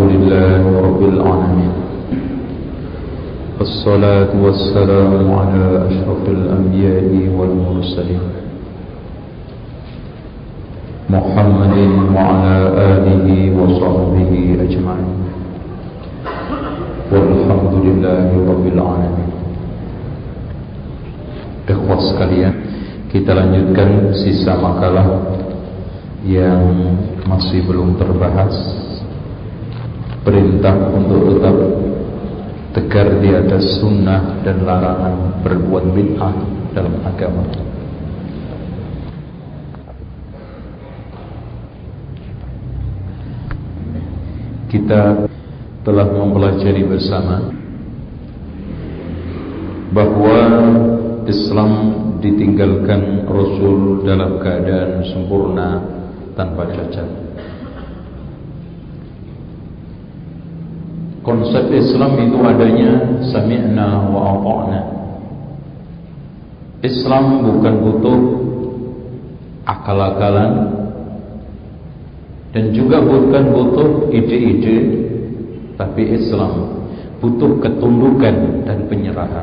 لله رب العالمين، والصلاة والسلام على أشرف الأنبياء والمرسلين محمد وعلى آله وصحبه أجمعين، والحمد لله رب العالمين. Ikhwas sekalian, kita lanjutkan sisa makalah yang masih belum terbahas. Perintah untuk tetap tegar di atas sunnah dan larangan berbuat bid'ah dalam agama. Kita telah mempelajari bersama bahwa Islam ditinggalkan Rasul dalam keadaan sempurna tanpa cacat. Konsep Islam itu adanya sami'na wa ata'na. Islam bukan butuh akal-akalan dan juga bukan butuh ide-ide, tapi Islam butuh ketundukan dan penyerahan.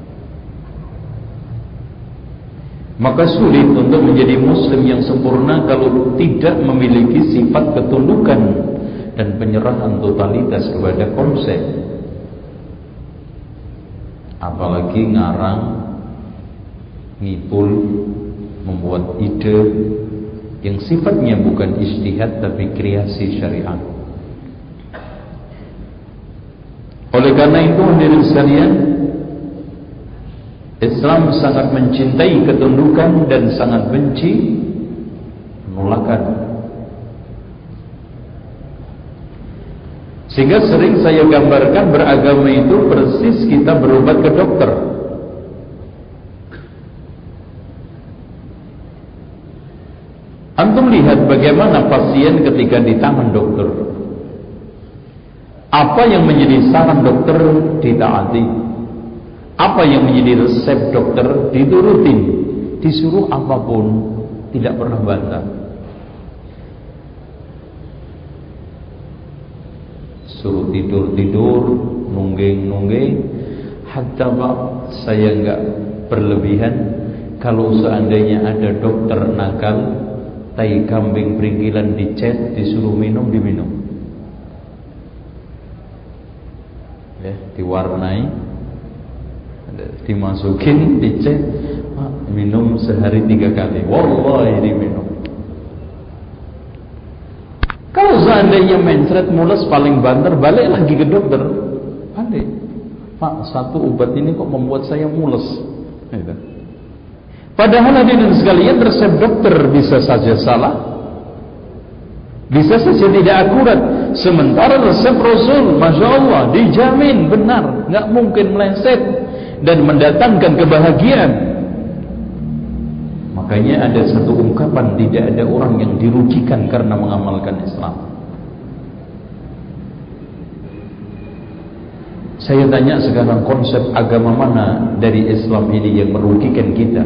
Maka sulit untuk menjadi muslim yang sempurna kalau tidak memiliki sifat ketundukan dan penyerahan totalitas kepada konsep. Apalagi ngarang, ngipul, membuat ide yang sifatnya bukan ijtihad tapi kreasi syariat. Oleh karena itu, hadirin sekalian, Islam sangat mencintai ketundukan dan sangat benci penolakan. Sehingga sering saya gambarkan beragama itu persis kita berobat ke dokter. Antum lihat bagaimana pasien ketika di tangan dokter. Apa yang menjadi saran dokter ditaati. Apa yang menjadi resep dokter diturutin. Disuruh apapun tidak pernah bantah. Suruh tidur-tidur, nungging-nungging. Hatta Pak, saya enggak berlebihan. Kalau seandainya ada dokter nakal, tai kambing pringgilan dicet, disuruh minum, diminum. Ya, diwarnai, dimasukin, dicek, minum sehari 3 kali. Wallahi diminum. Kalau seandainya mencret mules paling banter, balik lagi ke dokter. Balik, Pak, satu obat ini kok membuat saya mules. Gitu. Padahal hadirin sekalian, resep dokter bisa saja salah, bisa saja tidak akurat. Sementara resep Rasul, Masya Allah, dijamin benar, nggak mungkin meleset dan mendatangkan kebahagiaan. Makanya ada satu ungkapan, tidak ada orang yang dirugikan karena mengamalkan Islam. Saya tanya sekarang, konsep agama mana dari Islam ini yang merugikan kita?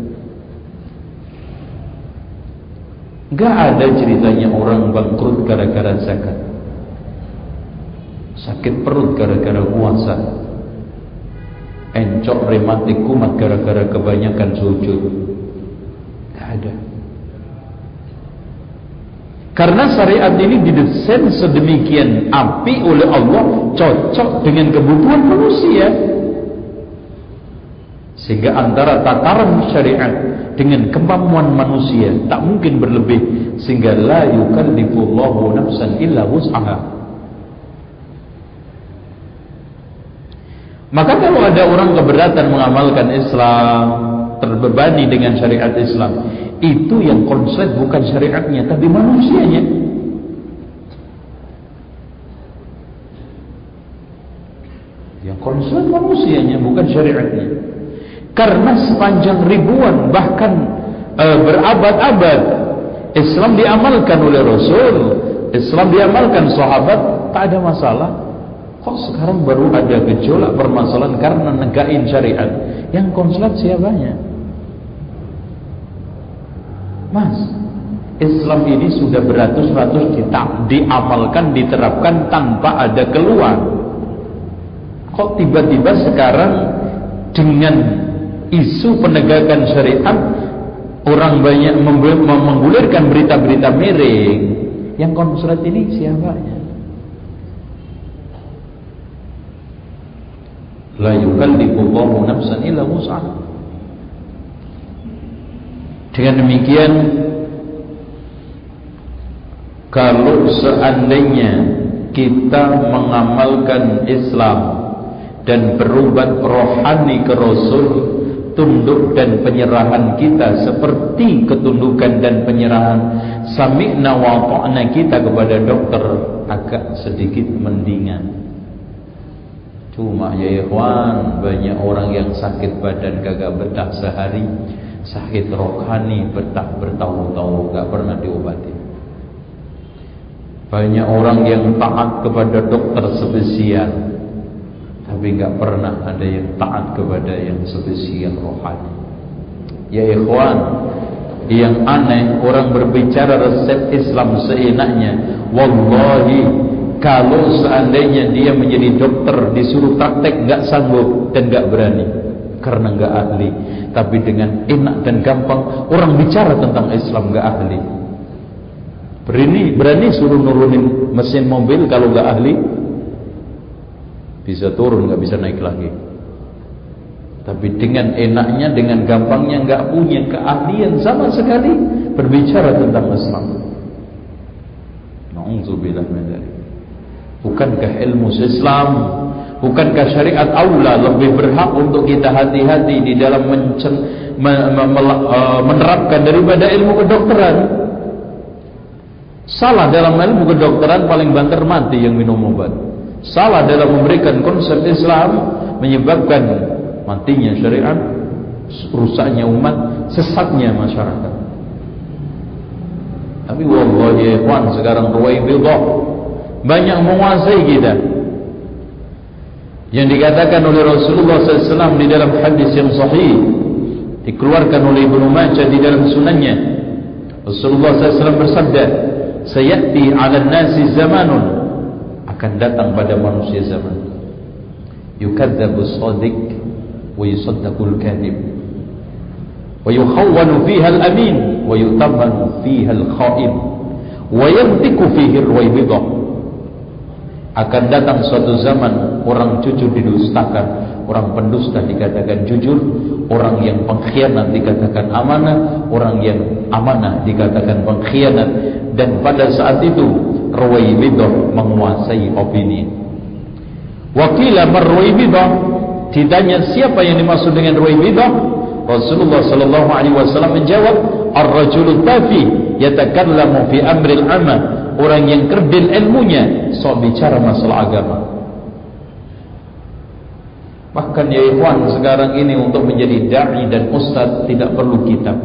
Gak ada ceritanya orang bangkrut gara-gara zakat, sakit perut gara-gara puasa, encok rematik kumat gara-gara kebanyakan sujud. Gak ada. Karena syariat ini didesain sedemikian apik oleh Allah, cocok dengan kebutuhan manusia. Sehingga antara tataran syariat dengan kemampuan manusia tak mungkin berlebih. Sehingga la yukallifullahu nafsan illa wus'aha. Maka kalau ada orang keberatan mengamalkan Islam, terbebani dengan syariat Islam, itu yang konslet bukan syariatnya tapi manusianya. Yang konslet manusianya bukan syariatnya. Karena sepanjang ribuan bahkan berabad-abad Islam diamalkan oleh Rasul, Islam diamalkan sahabat, tak ada masalah. Kok sekarang baru ada gejolak permasalahan karena negain syariat? Yang konslet siapanya? Mas, Islam ini sudah beratus-ratus diamalkan, diterapkan tanpa ada keluhan. Kok tiba-tiba sekarang dengan isu penegakan syariat orang banyak menggulirkan berita-berita miring? Yang konslet ini siapanya? La yukallifullahu nafsan illa wus'aha. Dengan demikian, kalau seandainya kita mengamalkan Islam dan berubat rohani ke Rasul, tunduk dan penyerahan kita seperti ketundukan dan penyerahan sami'na wa ta'na kita kepada dokter, agak sedikit mendingan. Cuma ya ikhwan, banyak orang yang sakit badan kagak betah sehari, sakit rohani betah bertahun-tahun gak pernah diobati. Banyak orang yang taat kepada dokter spesial, tapi gak pernah ada yang taat kepada yang spesial rohani. Ya ikhwan, yang aneh orang berbicara resep Islam seenaknya. Wallahi, kalau seandainya dia menjadi dokter disuruh praktek gak sanggup dan gak berani karena gak ahli. Tapi dengan enak dan gampang orang bicara tentang Islam gak ahli. Berani suruh nurunin mesin mobil kalau gak ahli, bisa turun, gak bisa naik lagi. Tapi dengan enaknya, dengan gampangnya, gak punya keahlian sama sekali berbicara tentang Islam. Na'udzubillah min dzalik. Bukankah ilmu Islam, bukankah syariat aula lebih berhak untuk kita hati-hati di dalam menerapkan daripada ilmu kedokteran? Salah dalam ilmu kedokteran paling banter mati yang minum obat. Salah dalam memberikan konsep Islam menyebabkan matinya syariat, rusaknya umat, sesatnya masyarakat. Tapi wallahi ya ikhwan, sekarang Ruwaibidah banyak menguasai kita. Yang dikatakan oleh Rasulullah SAW di dalam hadis yang sahih, dikeluarkan oleh Ibnu Majah di dalam sunannya. Rasulullah SAW bersabda, sayati 'ala nasi zamanun, akan datang pada manusia zaman, yukadzabus shadiq wa yusaddaqul kadhib, wa yukhawwanu fiha al-amin wa yutamanu fiha al-kha'in, wa yantiqu fihi ar-ruwaibidah. Akan datang suatu zaman orang jujur didustakan, orang pendusta dikatakan jujur, orang yang pengkhianat dikatakan amanah, orang yang amanah dikatakan pengkhianat. Dan pada saat itu Ruwaibidah menguasai opini. Wakila Ruwaibidah, ditanya siapa yang dimaksud dengan Ruwaibidah, Rasulullah sallallahu alaihi wasallam menjawab, ar-rajulu tafi yatakallamu fi amril amma, orang yang kerdil ilmunya sok bicara masalah agama. Bahkan ya ikhwan, sekarang ini untuk menjadi dai dan ustaz tidak perlu kitab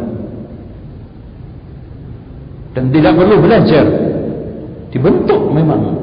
dan tidak perlu belajar, dibentuk memang.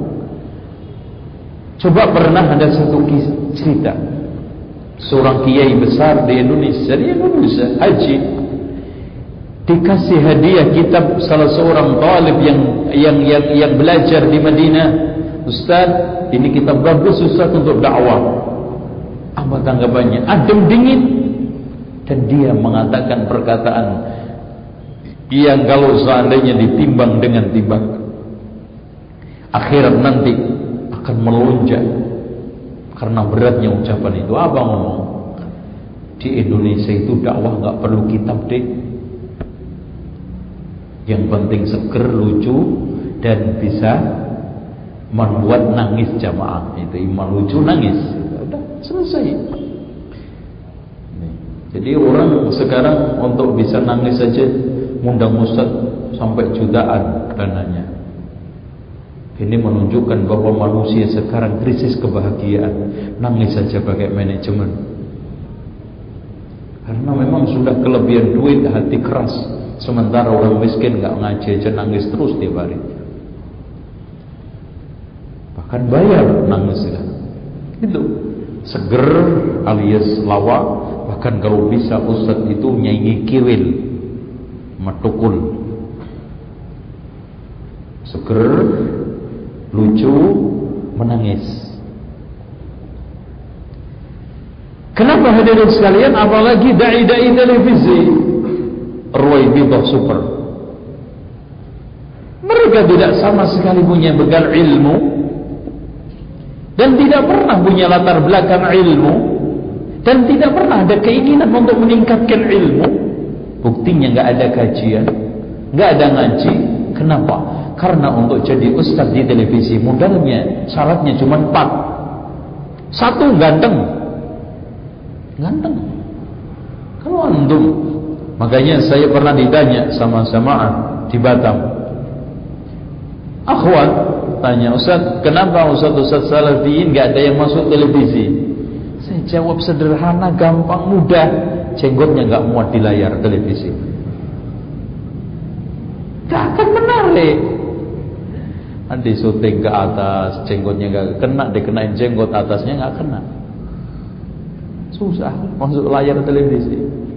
Coba pernah ada satu cerita, seorang kiai besar di Indonesia haji, dikasih hadiah kitab salah seorang talib yang belajar di Madinah. Ustaz, ini kitab bagus Ustaz untuk dakwah. Apa tanggapannya? Adem dingin. Dan dia mengatakan perkataan yang kalau seandainya ditimbang dengan timbang akhirat nanti akan melonjak karena beratnya ucapan itu. Apa ngomong? Di Indonesia itu dakwah gak perlu kitab deh. Yang penting seger, lucu, dan bisa membuat nangis jamaah. Itu iman lucu nangis, udah selesai. Jadi orang sekarang untuk bisa nangis saja ngundang ustaz sampai jutaan dananya. Ini menunjukkan bahwa manusia sekarang krisis kebahagiaan. Nangis saja pakai manajemen. Karena memang sudah kelebihan duit, hati keras. Sementara orang miskin gak ngaji aja nangis terus tiap hari. Bahkan bayar nangis kan. Itu seger alias lawa. Bahkan kalau bisa ustaz itu nyanyi kiwil, matukul. seger, lucu, menangis. Kenapa hadirin sekalian? Apalagi dai-dai televisi Ruwaibidah Super. Mereka tidak sama sekali punya bekal ilmu dan tidak pernah punya latar belakang ilmu dan tidak pernah ada keinginan untuk meningkatkan ilmu. Buktinya nggak ada kajian, nggak ada ngaji. Kenapa? Karena untuk jadi ustadz di televisi modalnya syaratnya cuma 4. 1, ganteng. Kalau antum, makanya saya pernah ditanya sama jamaah di Batam, akhwat tanya, Ustaz, kenapa Ustaz Salafiyin nggak ada yang masuk televisi? Saya jawab sederhana, gampang, mudah. Jenggotnya nggak muat di layar televisi. Gak akan menarik. Nanti syuting ke atas, jenggotnya nggak kena, dikenain jenggot atasnya nggak kena. Susah masuk layar televisi.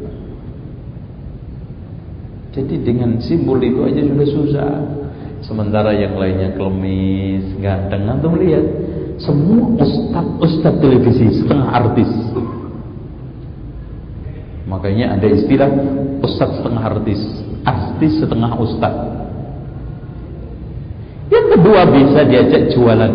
Jadi dengan simbol itu aja sudah susah. Sementara yang lainnya klemis, ganteng. Antum lihat, semua ustaz televisi setengah artis. Makanya ada istilah ustaz setengah artis setengah ustaz. Yang kedua, bisa diajak jualan.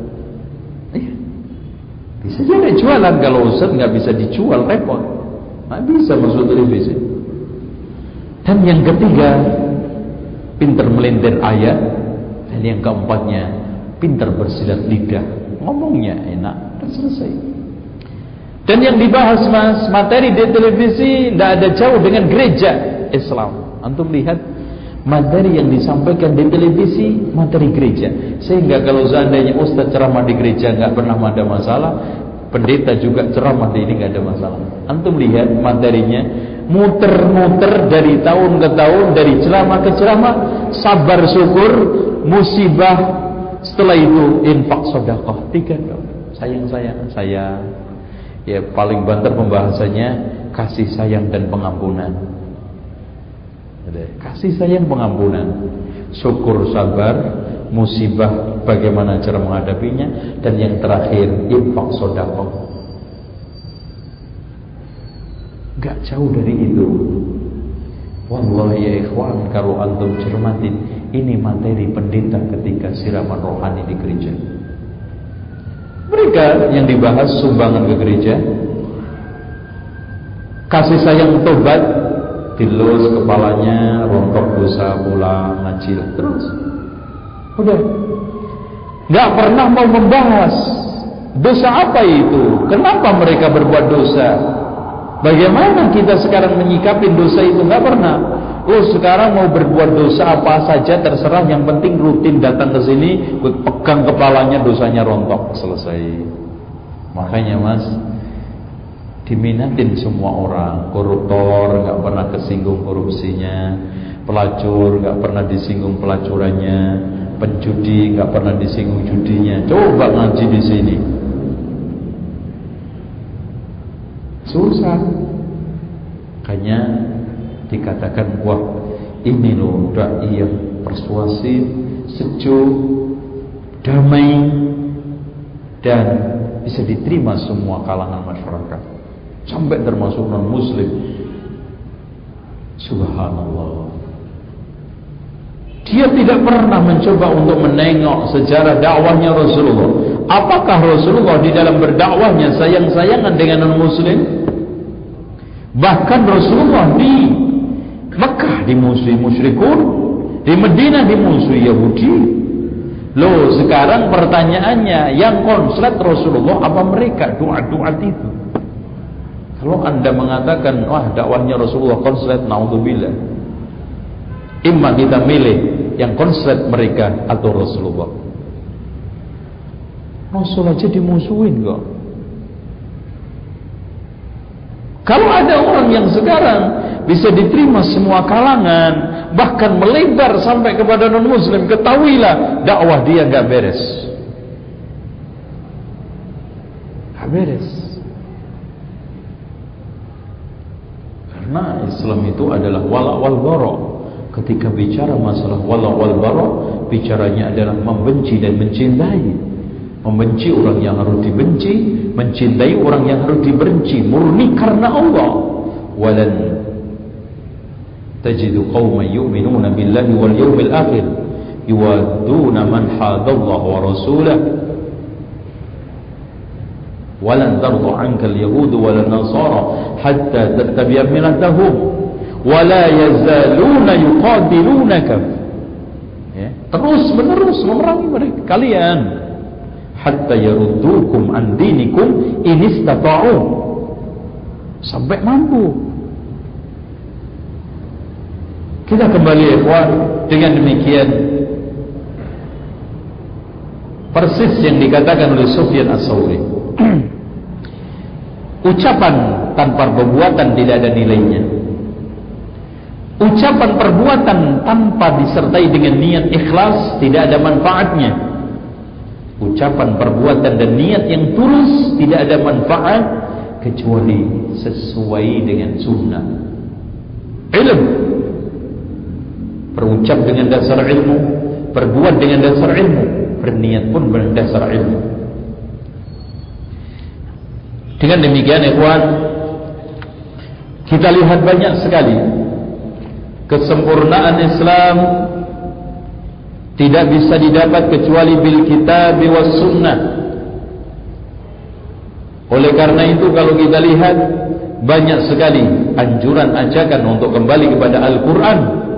Bisa diajak jualan. Kalau ustaz nggak bisa dijual, repot. Nggak bisa masuk televisi. Dan yang ketiga, pintar melintir ayat. Dan yang keempatnya, pintar bersilat lidah. Ngomongnya enak dan selesai. Dan yang dibahas mas, materi di televisi tidak ada jauh dengan gereja Islam. Antum lihat materi yang disampaikan di televisi, materi gereja. Sehingga kalau seandainya ustaz ceramah di gereja nggak pernah ada masalah, pendeta juga ceramah di ini nggak ada masalah. Antum lihat materinya, muter-muter dari tahun ke tahun, dari ceramah ke ceramah, sabar syukur, musibah, setelah itu infak sedekah, 3 sayang. Ya paling banter pembahasannya kasih sayang dan pengampunan. Kasih sayang, pengampunan, syukur, sabar, musibah, bagaimana cara menghadapinya, dan yang terakhir infak sedekah. Gak jauh dari itu. Wallahi ya ikhwan, kalau antum cermatin, ini materi pendeta ketika siraman rohani di gereja. Mereka yang dibahas sumbangan ke gereja, kasih sayang tobat, dilus kepalanya, rontok dosa, pulang ngajil terus. Udah, nggak pernah mau membahas dosa apa itu, kenapa mereka berbuat dosa, bagaimana kita sekarang menyikapi dosa itu, nggak pernah. Sekarang mau berbuat dosa apa saja terserah, yang penting rutin datang ke sini, pegang kepalanya, dosanya rontok, selesai. Makanya mas, diminatin semua orang. Koruptor nggak pernah kesinggung korupsinya, pelacur nggak pernah disinggung pelacurannya, penjudi nggak pernah disinggung judinya. Coba ngaji di sini, susah. Makanya dikatakan, wah ini loh dai yang persuasif, sejuk, damai, dan bisa diterima semua kalangan masyarakat, sampai termasuk non muslim. Subhanallah. Dia tidak pernah mencoba untuk menengok sejarah dakwahnya Rasulullah. Apakah Rasulullah di dalam berdakwahnya sayang-sayangan dengan non muslim? Bahkan Rasulullah di Mekah dimusuhi musyrikun, di Madinah dimusuhi Yahudi. Loh, sekarang pertanyaannya, yang konslet Rasulullah apa mereka doa-doa itu? Kalau anda mengatakan, wah dakwahnya Rasulullah konslet, naudzubillah, imma kita milih yang konslet mereka atau Rasulullah. Rasul aja dimusuhin kok. Kalau ada orang yang sekarang bisa diterima semua kalangan, bahkan melebar sampai kepada non muslim, ketahuilah dakwah dia gak beres. Gak beres. Karena Islam itu adalah wala wal bara. Ketika bicara masalah wala wal bara, bicaranya adalah membenci dan mencintai. Membenci orang yang harus dibenci, mencintai orang yang harus dibenci, murni karena Allah. Walan tajidu qauman yu'minuna billahi wal yawmil akhir yuwadduna man hadallaha wa rasulahu walan tarda 'anka al-yahud walan nasara hatta tattabi'a millatahum wala yazaluna yuqatilunaka, ya, terus menerus memerangi mereka kalian, hatta yaruddukum an dinikum in istata'u, sampai mampu. Kita kembali ikhwan, dengan demikian persis yang dikatakan oleh Sufyan Ats-Tsauri. Ucapan tanpa perbuatan tidak ada nilainya. Ucapan perbuatan tanpa disertai dengan niat ikhlas tidak ada manfaatnya. Ucapan perbuatan dan niat yang tulus tidak ada manfaat kecuali sesuai dengan sunnah. Ilmu, berucap dengan dasar ilmu, berbuat dengan dasar ilmu, berniat pun berdasar ilmu. Dengan demikian ikhwan, kita lihat banyak sekali kesempurnaan Islam tidak bisa didapat kecuali bil kitab was sunnah. Oleh karena itu kalau kita lihat banyak sekali anjuran ajakan untuk kembali kepada Al-Quran.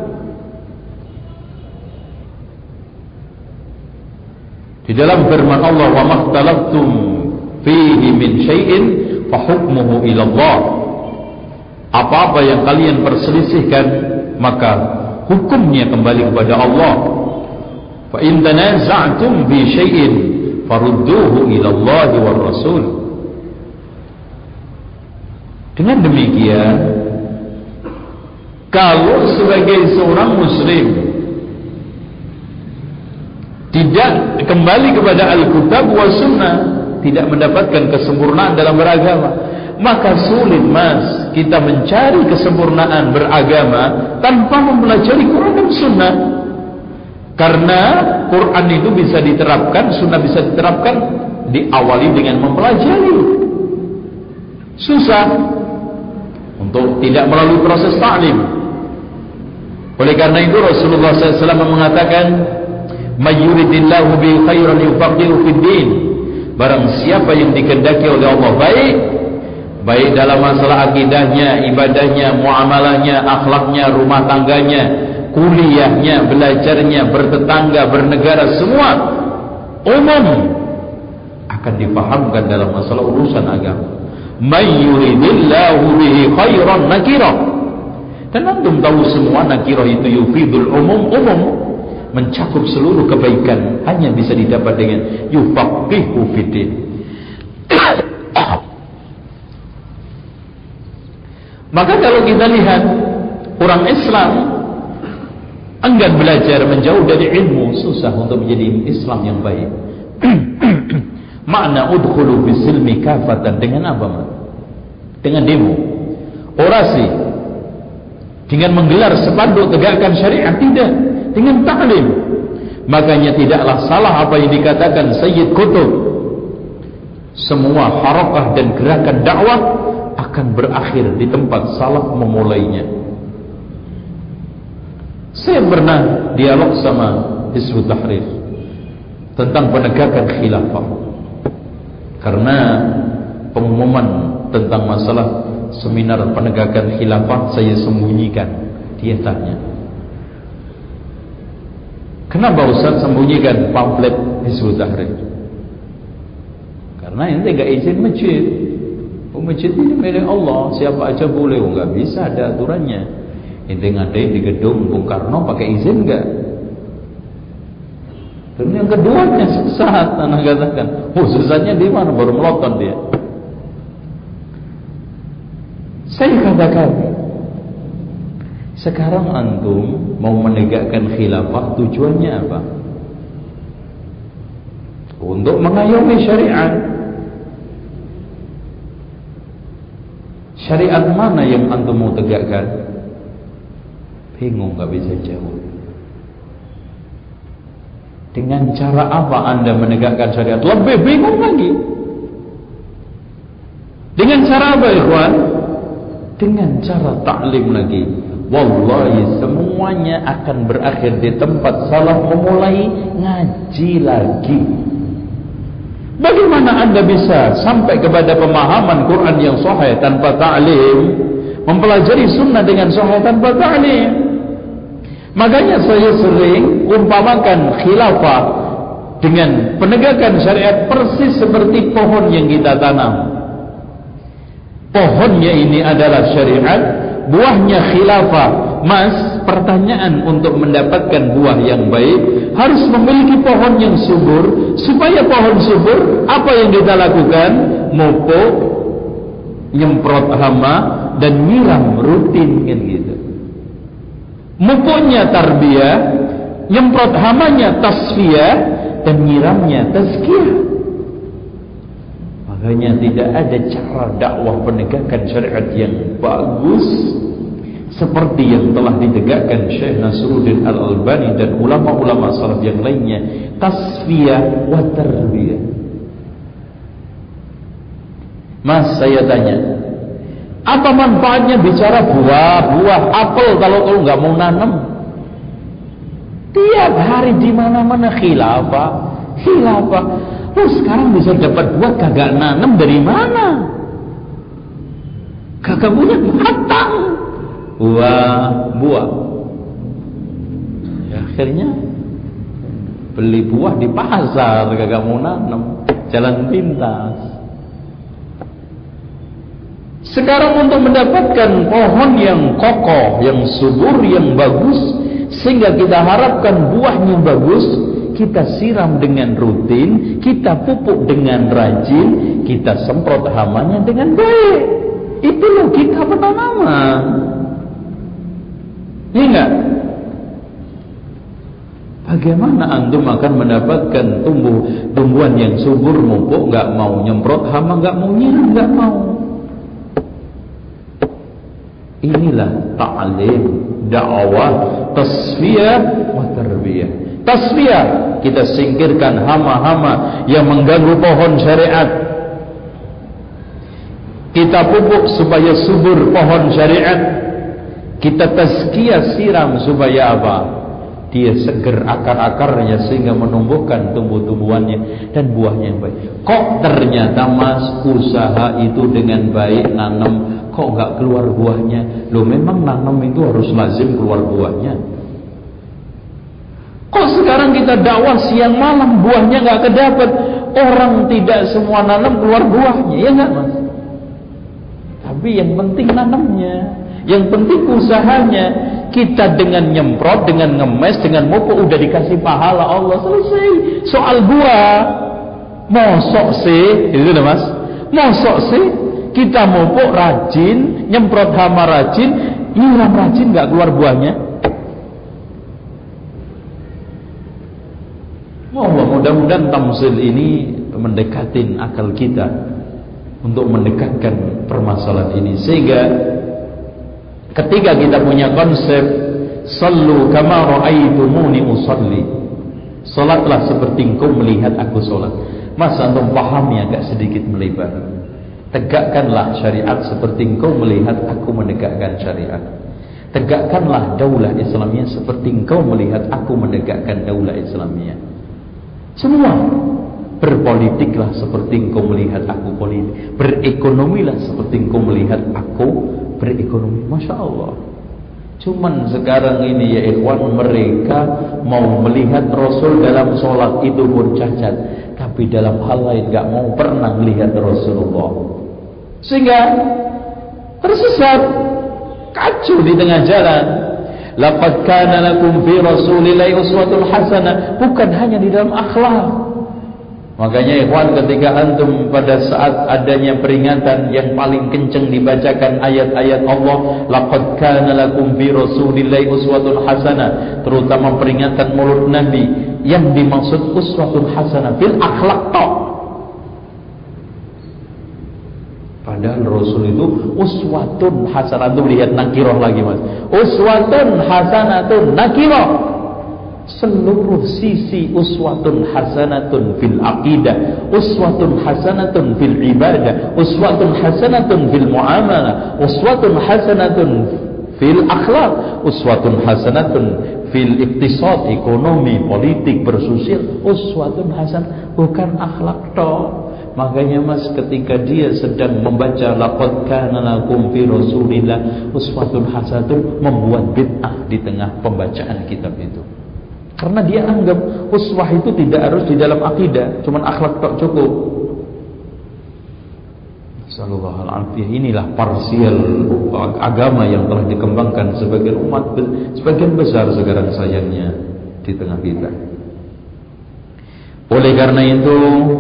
Di dalam firman Allah, wa makhtalaftum fihi min syai'in fa hukmuhu ila Allah. Apa-apa yang kalian perselisihkan maka hukumnya kembali kepada Allah. Fa in tanaza'tum bi syai'in farudduhu ila Allah war Rasul. Dengan demikian, kalau sebagai seorang muslim tidak kembali kepada Al-Kitab wa Sunnah, tidak mendapatkan kesempurnaan dalam beragama, maka sulit mas kita mencari kesempurnaan beragama tanpa mempelajari Quran dan Sunnah. Karena Quran itu bisa diterapkan, Sunnah bisa diterapkan diawali dengan mempelajari. Susah untuk tidak melalui proses ta'lim. Oleh karena itu Rasulullah SAW mengatakan, may yuridillahu bi khairan yufaqihu fid din. Barang siapa yang dikehendaki oleh Allah baik dalam masalah akidahnya, ibadahnya, muamalahnya, akhlaknya, rumah tangganya, kuliahnya, belajarnya, bertetangga, bernegara, semua umum akan dipahamkan dalam masalah urusan agama. May yuridillahu bihi khairan nakirah. Dan antum tahu semua nakirah itu yufidul umum, mencakup seluruh kebaikan, hanya bisa didapat dengan yufaqihu fiddin. Maka kalau kita lihat orang Islam enggan belajar, menjauh dari ilmu, susah untuk menjadi Islam yang baik. Makna udkhulu bisilmi kafatan dengan apa? Dengan demo, orasi, dengan menggelar spanduk tegakkan syariat, tidak, dengan ta'lim. Makanya tidaklah salah apa yang dikatakan Sayyid Qutb, semua harakah dan gerakan dakwah akan berakhir di tempat salaf memulainya. Saya pernah dialog sama Hizbut Tahrir tentang penegakan khilafah, karena pengumuman tentang masalah seminar penegakan khilafah saya sembunyikan. Dia tanya, kenapa Ustaz sembunyikan pamflet Hizbut Tahrir? Karena ente gak izin masjid. Masjid ini milik Allah, siapa aja boleh. Enggak bisa, ada aturannya. Ente ngadain di gedung Bung Karno pakai izin enggak? Dan yang keduanya sesat, anak katakan. Sesatnya di mana? Baru melotot dia. Saya katakan, sekarang antum mau menegakkan khilafah, tujuannya apa? Untuk mengayomi syariat. Syariat mana yang antum mau tegakkan? Bingung, gak bisa jawab. Dengan cara apa Anda menegakkan syariat? Lebih bingung lagi. Dengan cara apa, ikhwan? Dengan cara taklim lagi. Wallahi semuanya akan berakhir di tempat salah memulai ngaji lagi. Bagaimana Anda bisa sampai kepada pemahaman Quran yang sahih tanpa ta'lim, mempelajari sunnah dengan sahih tanpa ta'lim? Makanya saya sering umpamakan khilafah dengan penegakan syariat persis seperti pohon yang kita tanam. Pohonnya ini adalah syariat, buahnya khilafah. Mas, pertanyaan untuk mendapatkan buah yang baik harus memiliki pohon yang subur. Supaya pohon subur, apa yang kita lakukan? Mupuk, nyemprot hama, dan nyiram rutin kan gitu. Mupuknya tarbiyah, nyemprot hamanya tasfiyah, dan nyiramnya tazkiyah. Makanya tidak ada cara dakwah penegakan syariat yang bagus seperti yang telah ditegakkan Syekh Nasruddin Al-Albani dan ulama-ulama salaf yang lainnya, tasfiyah wa tarbiyah. Mas, saya tanya, apa manfaatnya bicara buah apel kalau nggak mau nanam? Tiap hari di mana-mana khilafah. Lu sekarang bisa dapat buah kagak nanam dari mana? Kagak punya batang. Buah. Ya, akhirnya beli buah di pasar, kagak mau nanam, jalan pintas. Sekarang untuk mendapatkan pohon yang kokoh, yang subur, yang bagus, sehingga kita harapkan buahnya bagus, kita siram dengan rutin, kita pupuk dengan rajin, kita semprot hamanya dengan baik. Itu logika penanaman. Iya enggak? Bagaimana antum akan mendapatkan tumbuhan yang subur, mupuk enggak mau, nyemprot hama enggak mau, nyiram enggak mau? Inilah ta'lim, dakwah, tasfiyah wa tarbiyah. Tasfiyah, kita singkirkan hama-hama yang mengganggu pohon syariat. Kita pupuk supaya subur pohon syariat. Kita tazkiyah, siram supaya apa? Dia seger akar-akarnya sehingga menumbuhkan tumbuh-tumbuhannya dan buahnya yang baik. Kok ternyata Mas usaha itu dengan baik nanam, kok nggak keluar buahnya? Loh, memang nanam itu harus lazim keluar buahnya. Kok sekarang kita dakwah siang malam buahnya nggak kedapat? Orang tidak semua nanam keluar buahnya, ya nggak Mas? Tapi yang penting nanamnya. Yang penting usahanya. Kita dengan nyemprot, dengan ngemes, dengan mupuk udah dikasih pahala Allah, selesai. Soal buah, mosok sih, itu dah Mas. Mosok sih kita mupuk rajin, nyemprot hama rajin, nyiram rajin, nggak keluar buahnya. Mudah-mudahan tamsil ini mendekatin akal kita untuk mendekatkan permasalahan ini, sehingga ketika kita punya konsep sallu kama ra'aitumuni usalli, salatlah seperti engkau melihat aku salat. Mas, antum pahami agak sedikit melebar. Tegakkanlah syariat seperti engkau melihat aku menegakkan syariat. Tegakkanlah daulah Islamiyah seperti engkau melihat aku menegakkan daulah Islamiyah. Semua berpolitiklah seperti engkau melihat aku politik. Berekonomilah seperti engkau melihat aku berekonomi. Masya Allah. Cuman sekarang ini ya ikhwan, mereka mau melihat Rasul dalam sholat itu pun cacat, tapi dalam hal lain gak mau pernah melihat Rasulullah, sehingga tersesat, kacau di tengah jalan. Laqad kana lakum fi Rasulillahi uswatun hasanah, bukan hanya di dalam akhlak. Makanya ikhwan, ketika antum pada saat adanya peringatan yang paling kencang dibacakan ayat-ayat Allah, laqad kana lakum fi Rasulillahi uswatun hasanah, terutama peringatan Maulid Nabi, yang dimaksud uswatun hasanah fil akhlak tok. Padahal Rasul itu uswatun hasanah. Antum lihat nakiroh lagi Mas. Uswatun hasanatun nakiroh. seluruh sisi uswatun hasanatun fil aqidah, uswatun hasanatun fil ibadah, uswatun hasanatun fil muamalah, uswatun hasanatun fil akhlak, uswatun hasanatun fil iktisad, ekonomi, politik, bersosial, uswatun hasan, bukan akhlak toh. Makanya Mas, ketika dia sedang membaca laqad kana lakum fi rasulillah uswatun hasanatun, membuat bid'ah di tengah pembacaan kitab itu. Karena dia anggap uswah itu tidak harus di dalam akidah, cuman akhlak tok cukup. Sallallahu alaihi. Inilah parsial agama yang telah dikembangkan sebagian umat, sebagian besar sekarang sayangnya di tengah kita. Oleh karena itu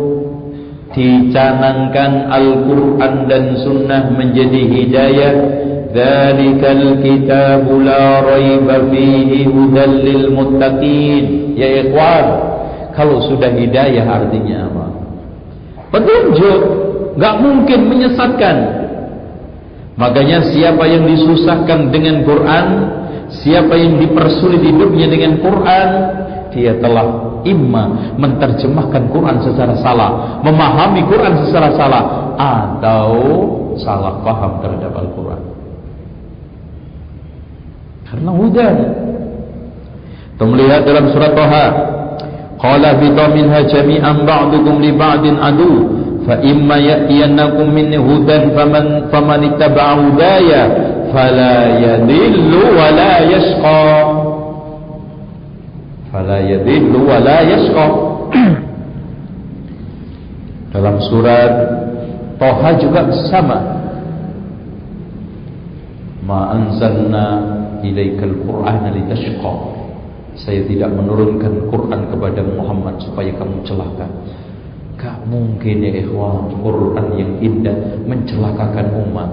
dicanangkan Al-Quran dan Sunnah menjadi hidayah. Dzalikal kitabu la raiba fihi hudal lil muttaqin. Ya ikhwan, kalau sudah hidayah artinya apa? Petunjuk, gak mungkin menyesatkan. Makanya siapa yang disusahkan dengan Quran, siapa yang dipersulit hidupnya dengan Quran, dia telah imma menterjemahkan Quran secara salah, memahami Quran secara salah, atau salah paham terhadap Al-Quran. Karena hudan. Kita melihat dalam surat Thaha, qala bita minha jami'an ba'dukum li ba'din adu fa imma ya'tiyannakum minni hudan faman ittaba'a hudaya fala yadillu wa la yashqa. Fala yadillu wa la yashqa. Dalam surat Thaha juga sama. Ma anzalna ilaikal qur'ana litashqa. Saya tidak menurunkan Quran kepada Muhammad supaya kamu celaka. Gak mungkin ya ikhwan, Quran yang indah mencelakakan umat.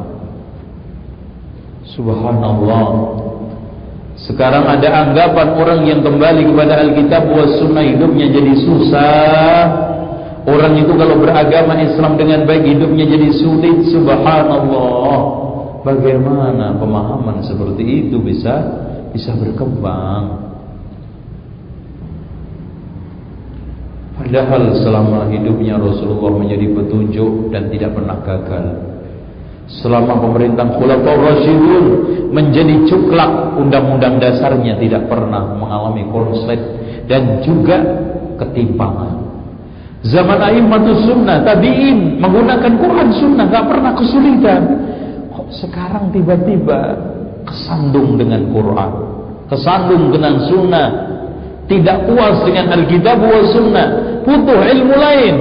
Subhanallah. Sekarang ada anggapan orang yang kembali kepada Alkitab wa Sunnah hidupnya jadi susah. Orang itu kalau beragama Islam dengan baik hidupnya jadi sulit. Subhanallah. Bagaimana pemahaman seperti itu bisa berkembang? Padahal selama hidupnya Rasulullah menjadi petunjuk dan tidak pernah gagal. Selama pemerintahan Khulafaur Rasyidun menjadi cuklak, undang-undang dasarnya tidak pernah mengalami konslet dan juga ketimpangan. Zaman A'immatus Sunnah, tabi'in menggunakan Quran Sunnah, gak pernah kesulitan. Kok sekarang tiba-tiba kesandung dengan Quran, kesandung dengan Sunnah, tidak puas dengan Alkitab wa Sunnah, butuh ilmu lain.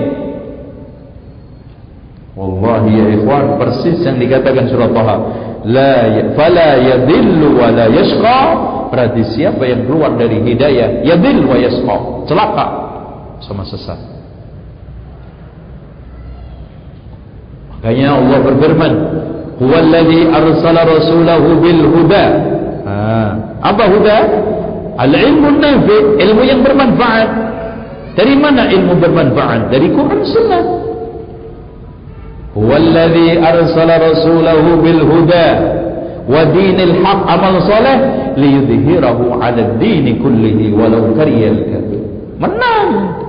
Wallahi ya ikhwan, persis yang dikatakan surah Thaha, fala yadillu wa la yashqa. Berarti siapa yang keluar dari hidayah, yadil wa yashqa, celaka sama sesat. Makanya Allah berfirman, huwallazi arsala rasulahu bil huda. Apa huda? Al-ilmu nafi', ilmu yang bermanfaat. Dari mana ilmu bermanfaat? Dari Quran Sunnah. Huwallazi arsala rasulahu bil huda wa dinil haq, amal saleh, liyudhhirahu 'ala ad-din kullihi walau karihal kafir. Menang.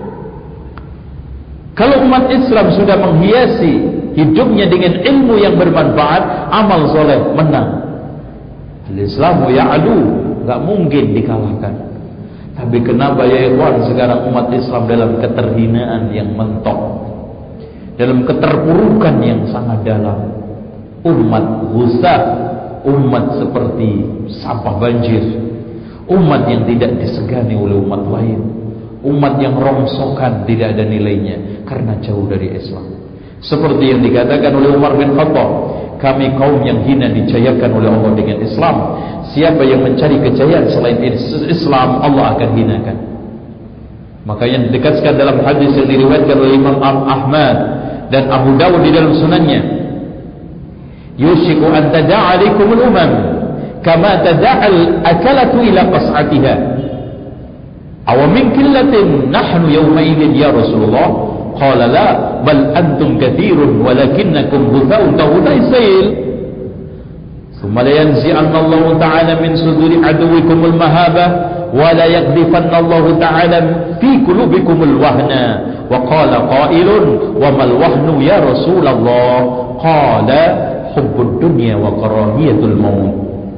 Kalau umat Islam sudah menghiasi hidupnya dengan ilmu yang bermanfaat, amal saleh, menang. Al-Islamu ya'lu, gak mungkin dikalahkan. Tapi kenapa ya ikhwan sekarang umat Islam dalam keterhinaan yang mentok, dalam keterpurukan yang sangat dalam, umat gusah, umat seperti sampah banjir, umat yang tidak disegani oleh umat lain, umat yang rongsokan, tidak ada nilainya karena jauh dari Islam. Seperti yang dikatakan oleh Umar bin Khattab, kami kaum yang hina dijayakan oleh Allah dengan Islam. Siapa yang mencari kejayaan selain Islam, Allah akan hinakan. Maka yang ditegaskan dalam hadis yang diriwayatkan oleh Imam Ahmad dan Abu Dawud di dalam sunannya, yushiku an tada'a alaikumul umam kama tada'al akalatu ila qas'atiha aw min qillatin nahnu yawma idin ya Rasulullah. Qala la bal antum katsirun walakinnakum ghutha'un kaghutha'is sayl. Thumma la yanzi'anna Allah ta'ala min suduri aduwikumul mahabah wa la yaqdifannallahu ta'ala fi qulubikumul wahna wa qala qailun wa mal wahnu ya Rasulullah qala hubbud dunya wa karahiyatul maut.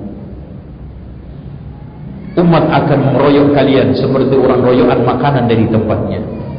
Umat akan meroyok kalian seperti orang royokan makanan dari tempatnya.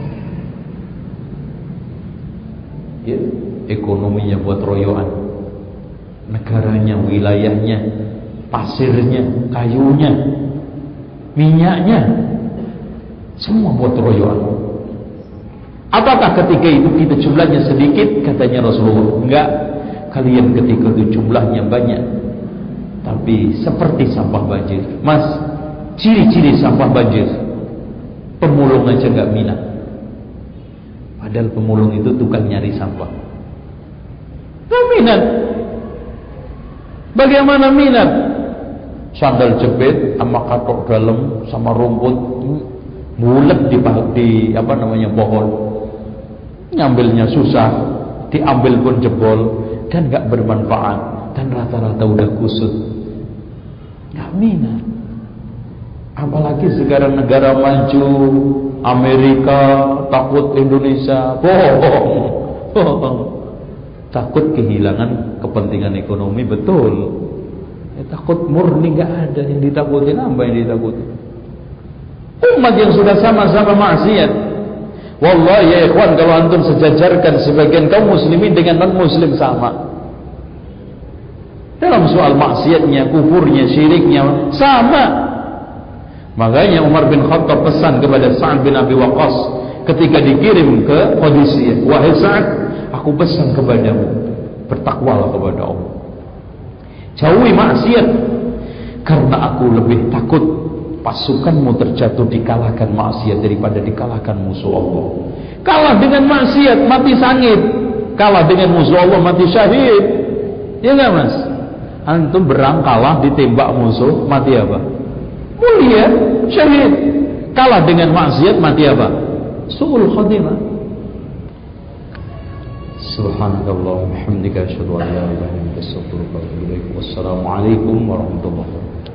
Ya, ekonominya buat royokan, negaranya, wilayahnya, pasirnya, kayunya, minyaknya, semua buat royokan. Apakah ketika itu kita jumlahnya sedikit? Katanya Rasulullah, enggak. Kalian ketika itu jumlahnya banyak, tapi seperti sampah banjir. Mas, ciri-ciri sampah banjir, pemulung aja enggak minat. Padahal pemulung itu tukang nyari sampah. Enggak minat. Bagaimana minat? Sandal jepit sama katok dalam sama rumput bulet di apa namanya pohon. Ngambilnya susah, diambil pun jebol dan enggak bermanfaat dan rata-rata udah kusut. Enggak minat. Apalagi sekarang negara maju, Amerika takut Indonesia, bohong. Takut kehilangan kepentingan ekonomi, betul. Takut murni nggak ada yang ditakutin. Apa yang ditakutin? Umat yang sudah sama-sama maksiat. Wallahi ya ikhwan, kalau antum sejajarkan sebagian kaum muslimin dengan non-muslim sama dalam soal maksiatnya, kufurnya, syiriknya, sama. Makanya Umar bin Khattab pesan kepada Sa'ad bin Abi Waqqas ketika dikirim ke Qadisiyah, wahai Sa'ad, aku pesan kepadamu, bertakwalah kepada Allah, jauhi maksiat, karena aku lebih takut pasukanmu terjatuh dikalahkan maksiat daripada dikalahkan musuh Allah. Kalah dengan maksiat mati sangit, kalah dengan musuh Allah mati syahid. Ya enggak Mas? Antum berang kalah ditembak musuh, mati apa? Mulia, syahid. Kalah dengan maksiat mati apa? Su'ul khatimah. Subhanallah, bihamdika, asyhadu an la ilaha illa anta, astaghfiruka wa atubu ilaik. Wassalamu alaikum warahmatullahi wabarakatuh.